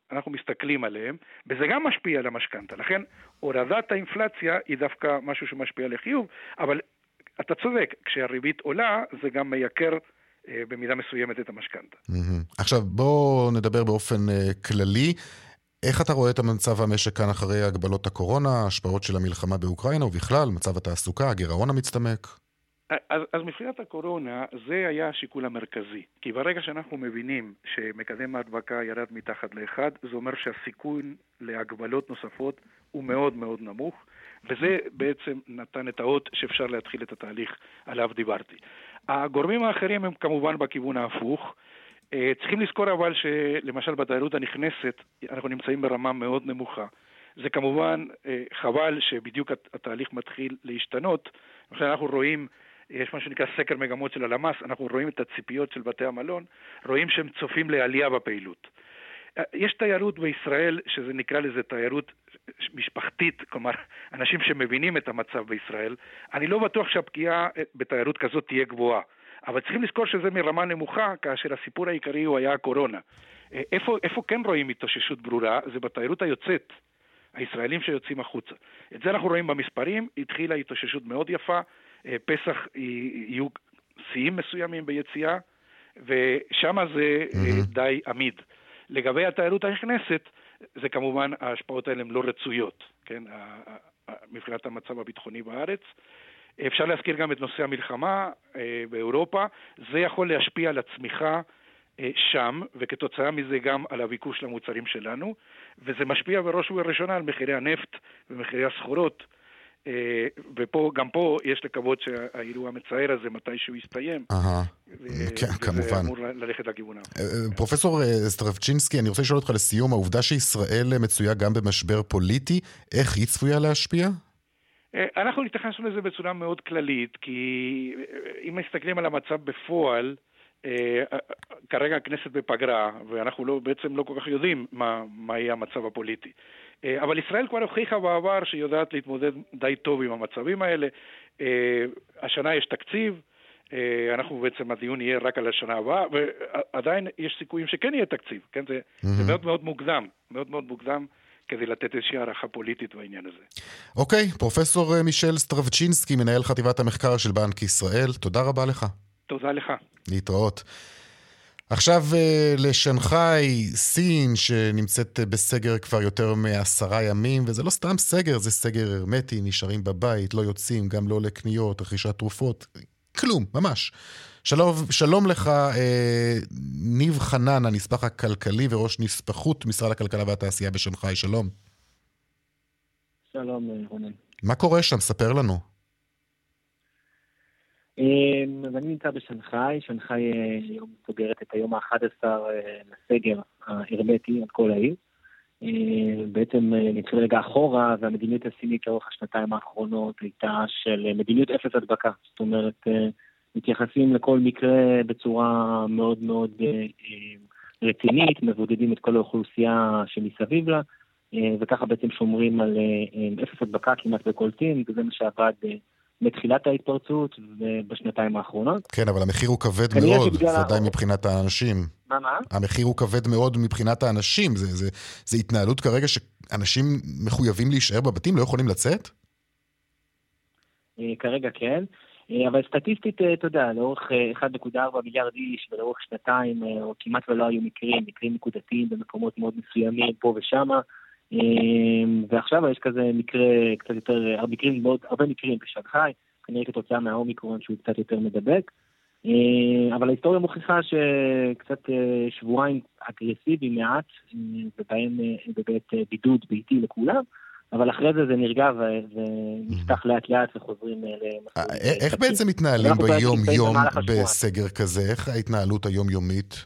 אנחנו מסתכלים עליהם, וזה גם משפיע על המשכנתה. לכן, הורדת האינפלציה היא דווקא משהו שמשפיע לחיוב, אבל אתה צודק, כשהריבית עולה, זה גם מייקר אה, במידה מסוימת את המשכנתה. Mm-hmm. עכשיו, בואו נדבר באופן אה, כללי. איך אתה רואה את המצב המשק כאן אחרי הגבלות הקורונה, ההשפעות של המלחמה באוקראינה, ובכלל, מצב התעסוקה, הגירעון המצטמק? אז, אז מבחינת הקורונה, זה היה השיקול המרכזי. כי ברגע שאנחנו מבינים שמקדם ההדבקה ירד מתחת לאחד, זה אומר שהסיכון להגבלות נוספות הוא מאוד מאוד נמוך, וזה בעצם נתן את האות שאפשר להתחיל את התהליך עליו דיברתי. הגורמים האחרים הם כמובן בכיוון ההפוך. צריכים לזכור אבל שלמשל בתיירות הנכנסת אנחנו נמצאים ברמה מאוד נמוכה. זה כמובן חבל שבדיוק התהליך מתחיל להשתנות. אנחנו רואים, יש מה שנקרא סקר מגמות של הלמ"ס, אנחנו רואים את הציפיות של בתי המלון, רואים שהם צופים לעלייה בפעילות. יש תיירות בישראל שזה נקרא לזה תיירות משפחתית, כלומר אנשים שמבינים את המצב בישראל. אני לא בטוח שהפגיעה בתיירות כזאת תהיה גבוהה, אבל צריכים לזכור שזה מרמה נמוכה, כאשר הסיפור העיקרי הוא היה הקורונה. איפה, איפה כן רואים התאוששות ברורה? זה בתיירות היוצאת, הישראלים שיוצאים החוצה. את זה אנחנו רואים במספרים, התחילה התאוששות מאוד יפה, פסח יהיו שיאים מסוימים ביציאה, ושם זה mm-hmm. די עמיד. לגבי התיירות הנכנסת, זה כמובן ההשפעות האלה הן לא רצויות, כן? מבחינת המצב הביטחוני בארץ. אפשר להזכיר גם את נושא המלחמה אה, באירופה, זה יכול להשפיע על הצמיחה אה, שם, וכתוצאה מזה גם על הביקוש למוצרים שלנו, וזה משפיע בראש ובראשונה על מחירי הנפט ומחירי הסחורות, אה, ופה, גם פה יש לקוות שהאירוע המצער הזה מתישהו יסתיים, אהה, ו- כן, וזה כמובן. אמור ללכת לכיוונם. פרופסור סטרבצ'ינסקי, אני רוצה לשאול אותך לסיום, העובדה שישראל מצויה גם במשבר פוליטי, איך היא צפויה להשפיע? אנחנו התייחסנו לזה בצורה מאוד כללית, כי אם מסתכלים על המצב בפועל, כרגע הכנסת בפגרה, ואנחנו לא, בעצם לא כל כך יודעים מה, מה יהיה המצב הפוליטי. אבל ישראל כבר הוכיחה בעבר שהיא יודעת להתמודד די טוב עם המצבים האלה. השנה יש תקציב, אנחנו בעצם הדיון יהיה רק על השנה הבאה, ועדיין יש סיכויים שכן יהיה תקציב, כן? זה, mm-hmm. זה מאוד מאוד מוקדם, מאוד מאוד מוקדם, כדי לתת איזושהי הערכה פוליטית בעניין הזה. אוקיי, פרופסור מישל סטרבצ'ינסקי, מנהל חטיבת המחקר של בנק ישראל, תודה רבה לך. תודה לך. להתראות. עכשיו לשנגחאי, סין, שנמצאת בסגר כבר יותר מעשרה ימים, וזה לא סתם סגר, זה סגר הרמטי, נשארים בבית, לא יוצאים, גם לא לקניות, רכישת תרופות, כלום, ממש. שלום, שלום לך, אה, ניב חנן, הנספח הכלכלי וראש נספחות משרד הכלכלה והתעשייה בשנגחאי, שלום. שלום, רונן. מה קורה שם? ספר לנו. אז אני נמצא בשנגחאי, שנגחאי היום סוגרת את היום ה-אחד עשר לסגר ההרמטי על כל העיר. בעצם נצא רגע אחורה, והמדיניות הסינית לאורך השנתיים האחרונות הייתה של מדיניות אפס הדבקה. זאת אומרת, מתייחסים לכל מקרה בצורה מאוד מאוד רצינית, מבודדים את כל האוכלוסייה שמסביב לה, וככה בעצם שומרים על אפס הדבקה כמעט בכל תים, וזה מה שעבד מתחילת ההתפרצות ובשנתיים האחרונות. כן, אבל המחיר הוא כבד מאוד, ודאי מבחינת האנשים. מה, מה? המחיר הוא כבד מאוד מבחינת האנשים. זה, זה, זה התנהלות כרגע שאנשים מחויבים להישאר בבתים, לא יכולים לצאת? כרגע כן. אבל סטטיסטית, אתה יודע, לאורך אחד נקודה ארבע מיליארד איש, ולאורך שנתיים, או כמעט ולא היו מקרים, מקרים נקודתיים במקומות מאוד מסוימים, פה ושמה, ועכשיו יש כזה מקרה, קצת יותר, מקרים מאוד, הרבה מקרים בשנגחאי, כנראה כתוצאה מהאומיקרון שהוא קצת יותר מדבק, אבל ההיסטוריה מוכיחה שקצת שבועיים אגרסיביים מעט, ובהם בבית בידוד ביתי לכולם, אבל אחרי זה זה נרגע ונפתח לאט לאט וחוזרים למסלול. איך בעצם מתנהלים ביום יום בסגר כזה? איך ההתנהלות היומיומית?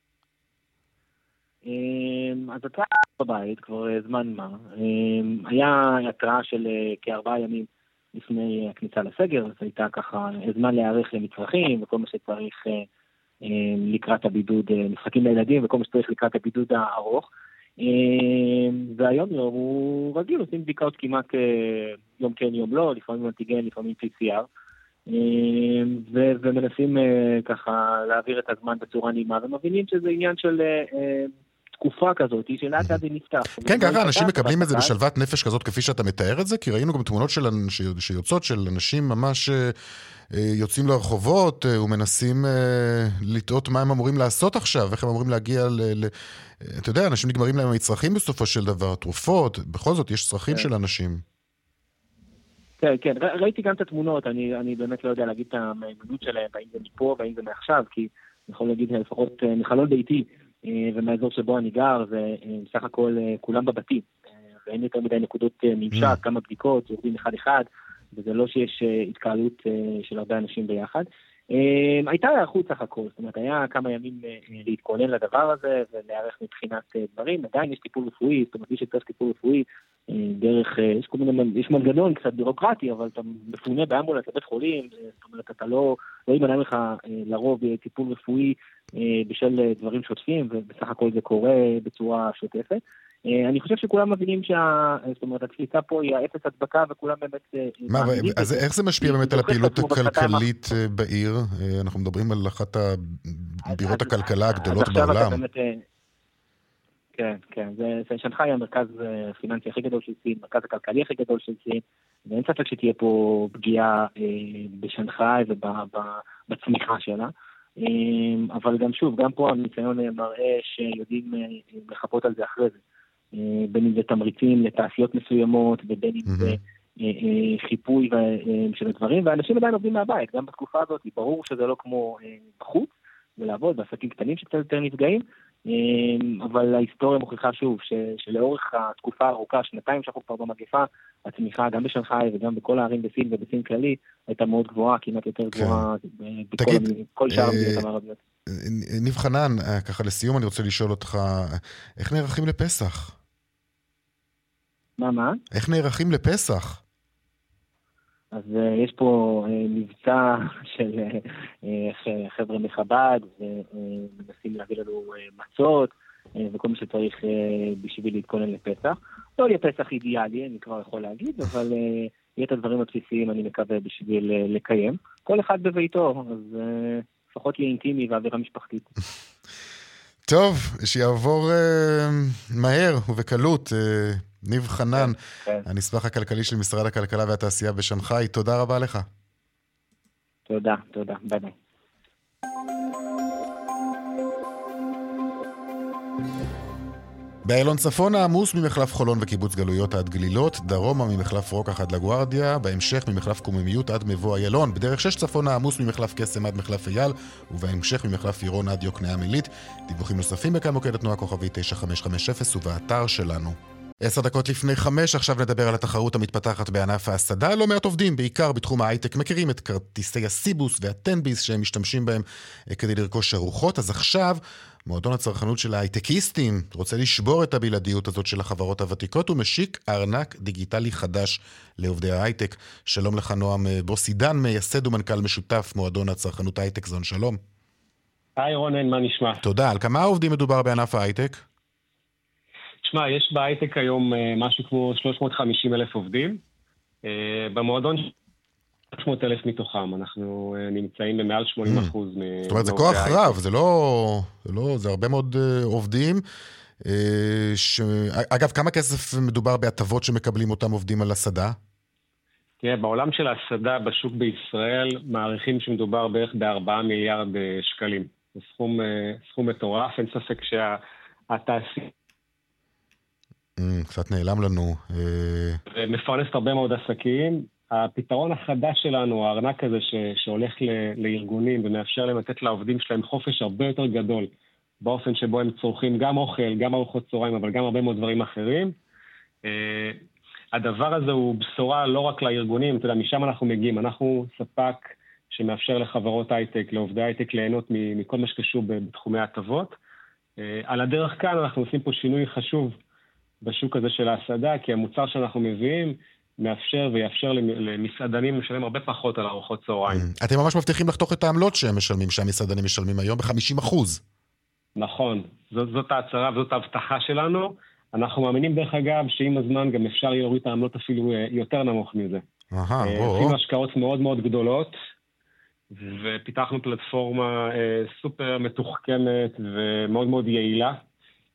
אז אתה בבית כבר זמן מה. היה התראה של כארבעה ימים לפני הכניסה לסגר, אז הייתה ככה זמן להיערך למצרכים וכל מה שצריך לקראת הבידוד, משחקים לילדים וכל מה שצריך לקראת הבידוד הארוך. והיום יום הוא רגיל, עושים בדיקות כמעט יום כן יום לא, לפעמים אנטיגן, לפעמים פי סי אר, ומנסים ככה להעביר את הזמן בצורה נעימה, ומבינים שזה עניין של תקופה כזאת, שלאט לאט זה נפתח. כן, ככה אנשים מקבלים את זה בשלוות נפש כזאת, כפי שאתה מתאר את זה, כי ראינו גם תמונות שיוצאות של אנשים ממש יוצאים לרחובות ומנסים לטעות מה הם אמורים לעשות עכשיו, איך הם אמורים להגיע ל... אתה יודע, אנשים נגמרים להם מצרכים בסופו של דבר, תרופות, בכל זאת יש צרכים של אנשים. כן, כן, ראיתי גם את התמונות, אני, אני באמת לא יודע להגיד את המהימנות שלהם, האם זה מפה והאם זה מעכשיו, כי אני יכול להגיד לפחות מחלון ביתי, ומהאזור שבו אני גר, ובסך הכל כולם בבתים, ואין יותר מדי נקודות ממשק, כמה בדיקות, יורדים אחד אחד, וזה לא שיש התקהלות של הרבה אנשים ביחד. הייתה הערכות סך הכל, זאת אומרת, היה כמה ימים להתכונן לדבר הזה, ולהערך מבחינת דברים, עדיין יש טיפול רפואי, זאת אומרת, יש שצריך טיפול רפואי, דרך, יש כל מיני, יש מנגנון קצת בירוקרטי, אבל אתה מפונה באמבולנס לבית חולים, זאת אומרת, אתה לא, לא ימנע לך לרוב טיפול רפואי בשל דברים שוטפים, ובסך הכל זה קורה בצורה שוטפת. אני חושב שכולם מבינים שה... זאת אומרת, התפיסה פה היא האפס הדבקה, וכולם באמת... מה, אז איך זה משפיע באמת על הפעילות הכלכלית בעיר? אנחנו מדברים על אחת הבירות הכלכלה הגדולות בעולם. כן, כן. שנגחאי המרכז הפיננסי הכי גדול של סין, המרכז הכלכלי הכי גדול של סין, ואין ספק שתהיה פה פגיעה בשנגחאי ובצמיחה שלה. אבל גם שוב, גם פה הניסיון מראה שיודעים לחפות על זה אחרי זה. בין אם זה תמריצים לתעשיות מסוימות, ובין אם זה חיפוי של הדברים, ואנשים עדיין עובדים מהבית, גם בתקופה הזאת, ברור שזה לא כמו בחוץ, ולעבוד בעסקים קטנים שקצת יותר נפגעים, אבל ההיסטוריה מוכיחה שוב, שלאורך התקופה הארוכה, שנתיים שאנחנו כבר במגפה, הצמיחה גם בשנגחאי וגם בכל הערים בסין ובסין כללי, הייתה מאוד גבוהה, כמעט יותר גבוהה בכל שאר המדינות המערביות. ניב חנן, ככה לסיום אני רוצה לשאול אותך, איך נערכים לפסח? מה, מה? איך נערכים לפסח? אז uh, יש פה uh, מבצע של uh, חבר'ה מחב"ד, ומנסים uh, להביא לנו uh, מצות, uh, וכל מי שצריך uh, בשביל להתכונן לפסח. לא יהיה פסח אידיאלי, אני כבר יכול להגיד, אבל uh, יהיה את הדברים הבסיסיים, אני מקווה, בשביל uh, לקיים. כל אחד בביתו, אז uh, לפחות יהיה אינטימי ואווירה משפחתית. טוב, שיעבור uh, מהר ובקלות. Uh... ניב חנן, הנספח הכלכלי של משרד הכלכלה והתעשייה בשנגחאי, תודה רבה לך. תודה, תודה, ביי ביי. באיילון צפון העמוס ממחלף חולון וקיבוץ גלויות עד גלילות, דרומה ממחלף רוקח עד לגוארדיה, בהמשך ממחלף קוממיות עד מבוא איילון, בדרך שש צפון העמוס ממחלף קסם עד מחלף אייל, ובהמשך ממחלף עירון עד יוקנעם עילית. דיווחים נוספים בכאן מוקד התנועה כוכבי תשע חמש חמש אפס ובאתר שלנו. עשר דקות לפני חמש, עכשיו נדבר על התחרות המתפתחת בענף ההסעדה. לא מעט עובדים, בעיקר בתחום ההייטק, מכירים את כרטיסי הסיבוס והטנביס שהם משתמשים בהם כדי לרכוש ארוחות. אז עכשיו, מועדון הצרכנות של ההייטקיסטים רוצה לשבור את הבלעדיות הזאת של החברות הוותיקות ומשיק ארנק דיגיטלי חדש לעובדי ההייטק. שלום לך נועם בוסידן, מייסד ומנכ"ל משותף מועדון הצרכנות ההייטק זון, שלום. היי רונן, מה נשמע? תודה. על כמה עובדים מדובר בענף ההייטק? תשמע, יש בהייטק היום משהו כמו שלוש מאות וחמישים אלף עובדים. במועדון שלוש מאות אלף מתוכם. אנחנו נמצאים במעל שמונים אחוז. זאת אומרת, זה כוח רב, זה לא... זה הרבה מאוד עובדים. אגב, כמה כסף מדובר בהטבות שמקבלים אותם עובדים על הסעדה? תראה, בעולם של הסעדה בשוק בישראל מעריכים שמדובר בערך בארבעה מיליארד שקלים. זה סכום, סכום מטורף, אין ספק שהתעשייה קצת נעלם לנו. ומפרנסת הרבה מאוד עסקים. הפתרון החדש שלנו, הארנק הזה ש- שהולך ל- לארגונים ומאפשר להם לתת לעובדים שלהם חופש הרבה יותר גדול, באופן שבו הם צורכים גם אוכל, גם ארוחות צהריים, אבל גם הרבה מאוד דברים אחרים. הדבר הזה הוא בשורה לא רק לארגונים, אתה יודע, משם אנחנו מגיעים. אנחנו ספק שמאפשר לחברות הייטק, לעובדי הייטק ליהנות מכל מה שקשור בתחומי ההטבות. על הדרך כאן אנחנו עושים פה שינוי חשוב בשוק הזה של ההסעדה, כי המוצר שאנחנו מביאים מאפשר ויאפשר למסעדנים לשלם הרבה פחות על ארוחות צהריים. אתם ממש מבטיחים לחתוך את העמלות שהם משלמים, שהמסעדנים משלמים היום ב-חמישים אחוז. נכון, זאת, זאת ההצהרה וזאת ההבטחה שלנו. אנחנו מאמינים דרך אגב שעם הזמן גם אפשר להוריד את העמלות אפילו יותר נמוך מזה. עשינו השקעות מאוד מאוד גדולות, ופיתחנו פלטפורמה סופר מתוחכמת ומאוד מאוד יעילה,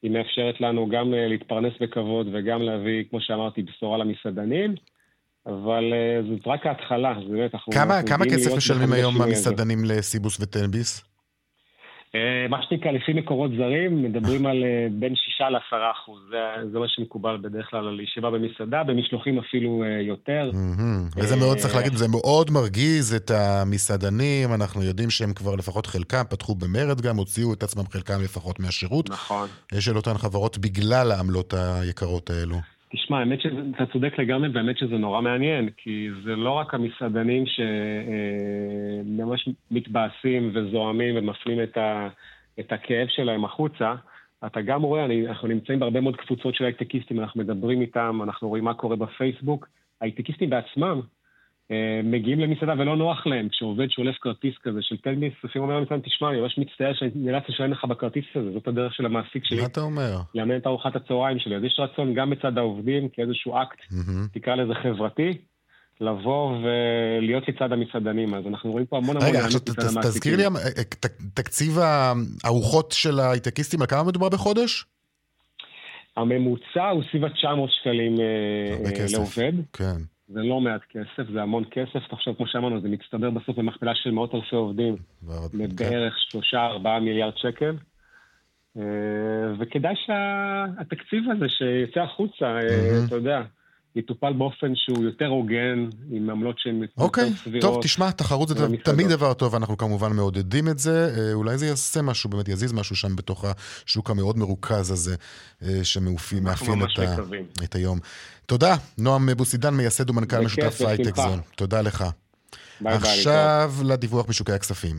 היא מאפשרת לנו גם להתפרנס בכבוד וגם להביא, כמו שאמרתי, בשורה למסעדנים, אבל זאת רק ההתחלה. כמה, כמה כסף משלמים היום המסעדנים לסיבוס וטלביס? מה שנקרא, לפי מקורות זרים, מדברים על בין שישה לעשרה אחוז. זה, זה מה שמקובל בדרך כלל על ישיבה במסעדה, במשלוחים אפילו יותר. וזה מאוד צריך להגיד, זה מאוד מרגיז את המסעדנים, אנחנו יודעים שהם כבר לפחות חלקם, פתחו במרד גם, הוציאו את עצמם חלקם לפחות מהשירות. נכון. של אותן חברות בגלל העמלות היקרות האלו. תשמע, האמת שאתה צודק לגמרי, באמת שזה נורא מעניין, כי זה לא רק המסעדנים שממש מתבאסים וזועמים ומפנים את, ה, את הכאב שלהם החוצה, אתה גם רואה, אני, אנחנו נמצאים בהרבה מאוד קבוצות של הייטקיסטים, אנחנו מדברים איתם, אנחנו רואים מה קורה בפייסבוק, הייטקיסטים בעצמם מגיעים למסעדה ולא נוח להם, כשעובד שולף כרטיס כזה של טלביס, לפעמים אומר למסעדה, תשמע, אני ממש מצטער שאני נאלץ לשלם לך בכרטיס הזה, זאת הדרך של המעסיק שלי. מה אתה אומר? לאמן את ארוחת הצהריים שלי. אז יש רצון גם מצד העובדים, כאיזשהו אקט, תקרא לזה חברתי, לבוא ולהיות לצד המסעדנים. אז אנחנו רואים פה המון המון... רגע, עכשיו תזכיר לי, תקציב הארוחות של הייטקיסטים, על כמה מדובר בחודש? הממוצע הוא סביב תשע מאות שקלים לעובד. כן. זה לא מעט כסף, זה המון כסף. עכשיו, כמו שאמרנו, זה מצטבר בסוף במכפלה של מאות אלפי עובדים, בערך שלושה, ארבעה מיליארד שקל. וכדאי שהתקציב הזה שיצא החוצה, אתה יודע, יטופל באופן שהוא יותר הוגן, עם עמלות שהן יותר סבירות. טוב, תשמע, תחרות זה תמיד דבר טוב, אנחנו כמובן מעודדים את זה, אולי זה יעשה משהו, באמת יזיז משהו שם בתוך השוק המאוד מרוכז הזה, שמאפיין את היום. תודה, נועם בוסידן, מייסד ומנכ"ל משותף הייטק זון. תודה לך. עכשיו לדיווח משוקי הכספים.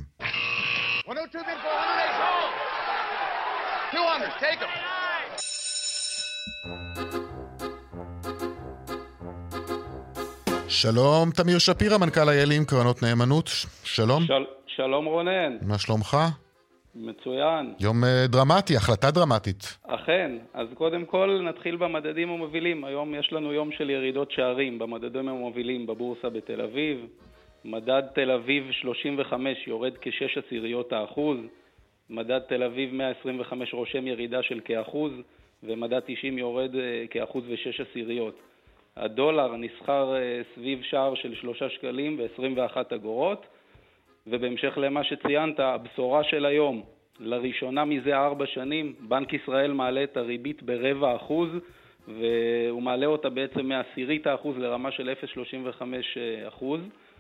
שלום, תמיר שפירא, מנכ"ל איילים, קרנות נאמנות. שלום. של, שלום רונן. מה שלומך? מצוין. יום דרמטי, החלטה דרמטית. אכן. אז קודם כל נתחיל במדדים המובילים. היום יש לנו יום של ירידות שערים במדדים המובילים בבורסה בתל אביב. מדד תל אביב שלושים וחמש יורד כשש עשיריות האחוז. מדד תל אביב מאה עשרים וחמש רושם ירידה של כאחוז, ומדד תשעים יורד כאחוז ושש עשיריות. הדולר נסחר סביב שער של שלושה שקלים ועשרים ואחת אגורות, ובהמשך למה שציינת, הבשורה של היום, לראשונה מזה ארבע שנים, בנק ישראל מעלה את הריבית ברבע אחוז, והוא מעלה אותה בעצם מעשירית האחוז לרמה של אפס נקודה שלושים וחמש אחוז.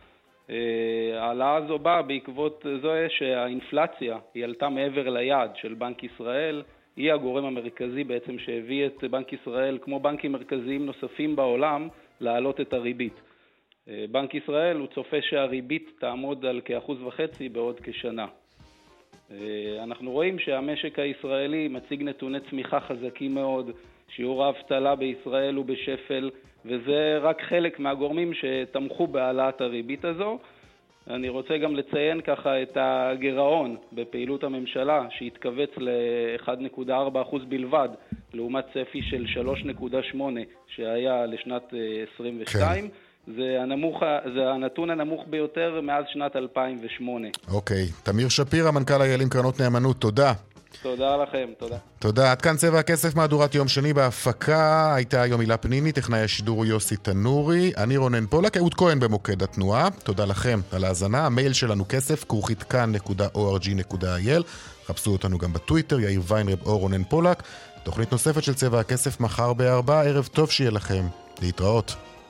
העלאה הזו באה בעקבות זה שהאינפלציה היא עלתה מעבר ליעד של בנק ישראל, היא הגורם המרכזי בעצם שהביא את בנק ישראל, כמו בנקים מרכזיים נוספים בעולם, להעלות את הריבית. בנק ישראל הוא צופה שהריבית תעמוד על כאחוז וחצי בעוד כשנה. אנחנו רואים שהמשק הישראלי מציג נתוני צמיחה חזקים מאוד, שיעור האבטלה בישראל הוא בשפל, וזה רק חלק מהגורמים שתמכו בהעלאת הריבית הזו. אני רוצה גם לציין ככה את הגירעון בפעילות הממשלה, שהתכווץ ל-אחד נקודה ארבע אחוז בלבד, לעומת צפי של שלוש נקודה שמונה שהיה לשנת עשרים ושתיים. כן. זה, הנמוך, זה הנתון הנמוך ביותר מאז שנת אלפיים ושמונה. אוקיי. תמיר שפירא, מנכ"ל איילים, קרנות נאמנות, תודה. תודה לכם, תודה. תודה. עד כאן צבע הכסף, מהדורת יום שני. בהפקה הייתה היום הילה פניני, טכנאי השידור יוסי תנורי, אני רונן פולק, אהוד כהן במוקד התנועה. תודה לכם על ההאזנה. המייל שלנו כסף, כרוכית כאן נקודה או אר ג'י נקודה איי אל. חפשו אותנו גם בטוויטר, יאיר ויינרב או רונן פולק. תוכנית נוספת של צבע הכסף מחר בארבע. ערב טוב שיהיה לכם. להתראות.